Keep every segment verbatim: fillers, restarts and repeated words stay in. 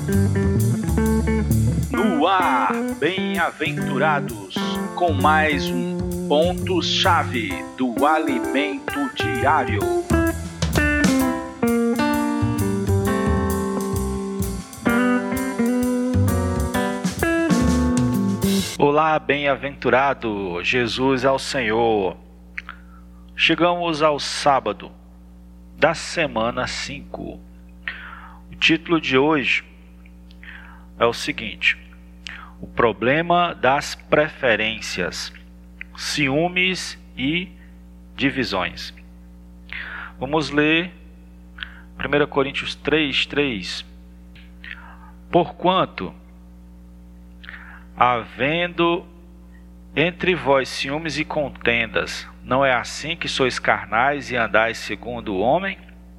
No ar, bem-aventurados, com mais um ponto-chave do alimento diário. Olá, bem-aventurado, Jesus é o Senhor. Chegamos ao sábado da semana cinco. O título de hoje é o seguinte: o problema das preferências, ciúmes e divisões. Vamos ler primeira Coríntios três, três. Porquanto, havendo entre vós ciúmes e contendas, não é assim que sois carnais e andais segundo o homem?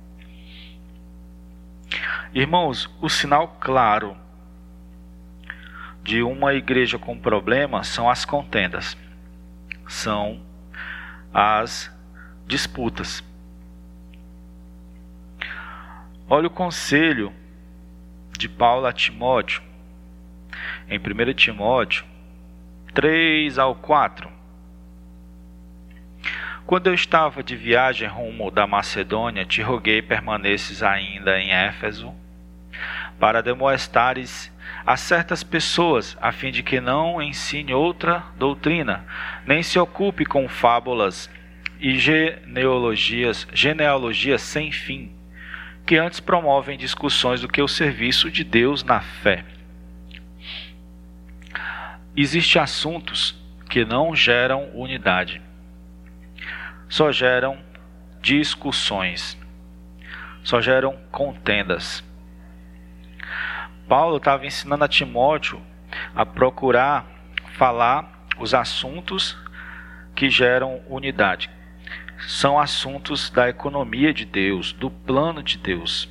Irmãos, o sinal claro de uma igreja com problema são as contendas, são as disputas. Olha o conselho de Paulo a Timóteo, em primeira Timóteo três ao quatro. Quando eu estava de viagem rumo da Macedônia, te roguei permaneces ainda em Éfeso, para demonstrares a certas pessoas, a fim de que não ensine outra doutrina, nem se ocupe com fábulas e genealogias, genealogias sem fim, que antes promovem discussões do que o serviço de Deus na fé. Existem assuntos que não geram unidade, só geram discussões, só geram contendas. Paulo estava ensinando a Timóteo a procurar falar os assuntos que geram unidade. São assuntos da economia de Deus, do plano de Deus.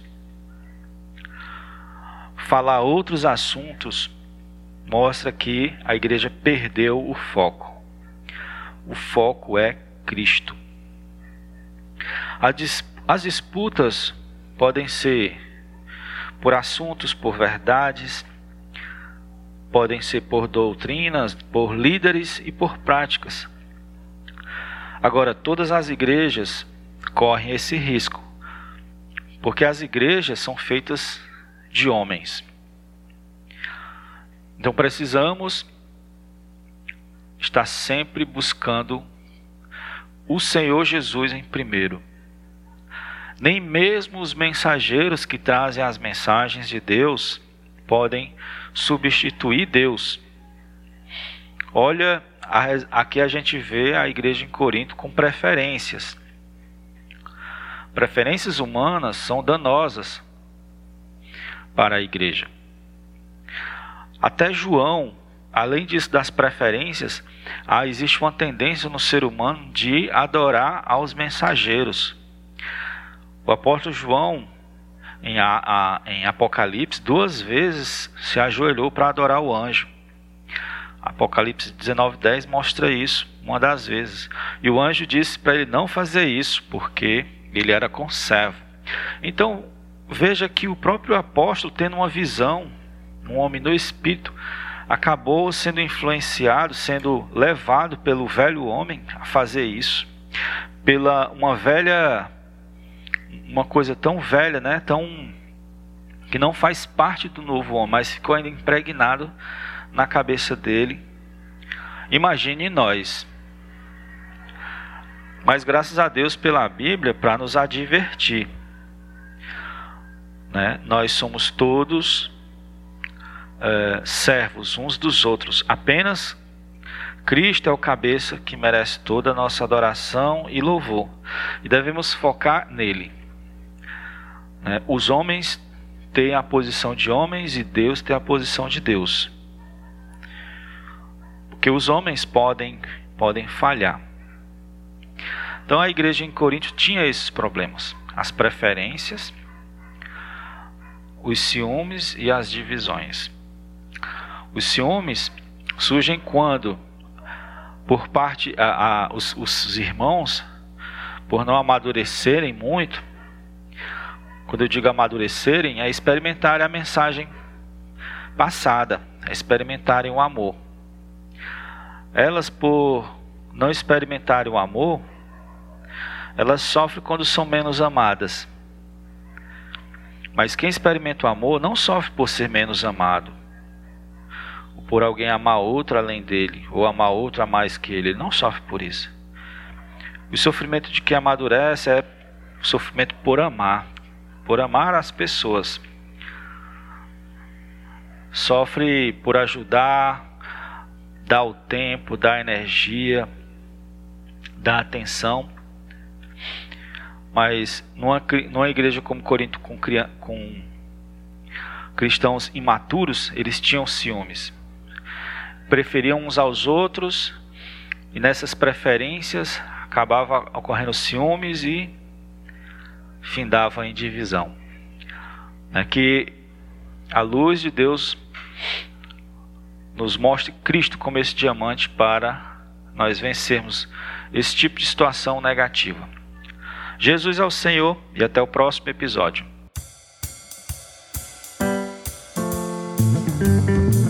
Falar outros assuntos mostra que a igreja perdeu o foco. O foco é Cristo. As disputas podem ser por assuntos, por verdades, podem ser por doutrinas, por líderes e por práticas. Agora, todas as igrejas correm esse risco, porque as igrejas são feitas de homens. Então precisamos estar sempre buscando o Senhor Jesus em primeiro. Nem mesmo os mensageiros que trazem as mensagens de Deus podem substituir Deus. Olha, aqui a gente vê a igreja em Corinto com preferências. Preferências humanas são danosas para a igreja. Até João, além disso das preferências, ah, existe uma tendência no ser humano de adorar aos mensageiros. O apóstolo João, em, a, a, em Apocalipse, duas vezes se ajoelhou para adorar o anjo. Apocalipse dezenove, dez mostra isso, uma das vezes. E o anjo disse para ele não fazer isso, porque ele era conservo. Então, veja que o próprio apóstolo, tendo uma visão, um homem no espírito, acabou sendo influenciado, sendo levado pelo velho homem a fazer isso. Pela uma velha... uma coisa tão velha, né? Tão, que não faz parte do novo homem, mas ficou ainda impregnado na cabeça dele. Imagine nós. Mas graças a Deus pela Bíblia para nos advertir, né? Nós somos todos é, servos uns dos outros. Apenas Cristo é o cabeça que merece toda a nossa adoração e louvor, e devemos focar nele. Os homens têm a posição de homens e Deus tem a posição de Deus. Porque os homens podem, podem falhar. Então a igreja em Corinto tinha esses problemas: as preferências, os ciúmes e as divisões. Os ciúmes surgem quando, por parte a, a, os, os irmãos, por não amadurecerem muito. Quando eu digo amadurecerem, é experimentarem a mensagem passada a experimentarem o amor. Elas, por não experimentarem o amor, elas sofrem quando são menos amadas. Mas quem experimenta o amor não sofre por ser menos amado, ou por alguém amar outro além dele, ou amar outro a mais que ele. Ele não sofre por isso. O sofrimento de quem amadurece é o sofrimento por amar, por amar as pessoas. Sofre por ajudar, dar o tempo, dar energia, dar atenção. Mas numa, numa igreja como Corinto, com, com cristãos imaturos, eles tinham ciúmes. Preferiam uns aos outros, e nessas preferências acabava ocorrendo ciúmes e findava em divisão. É que a luz de Deus nos mostre Cristo como esse diamante para nós vencermos esse tipo de situação negativa. Jesus é o Senhor, e até o próximo episódio.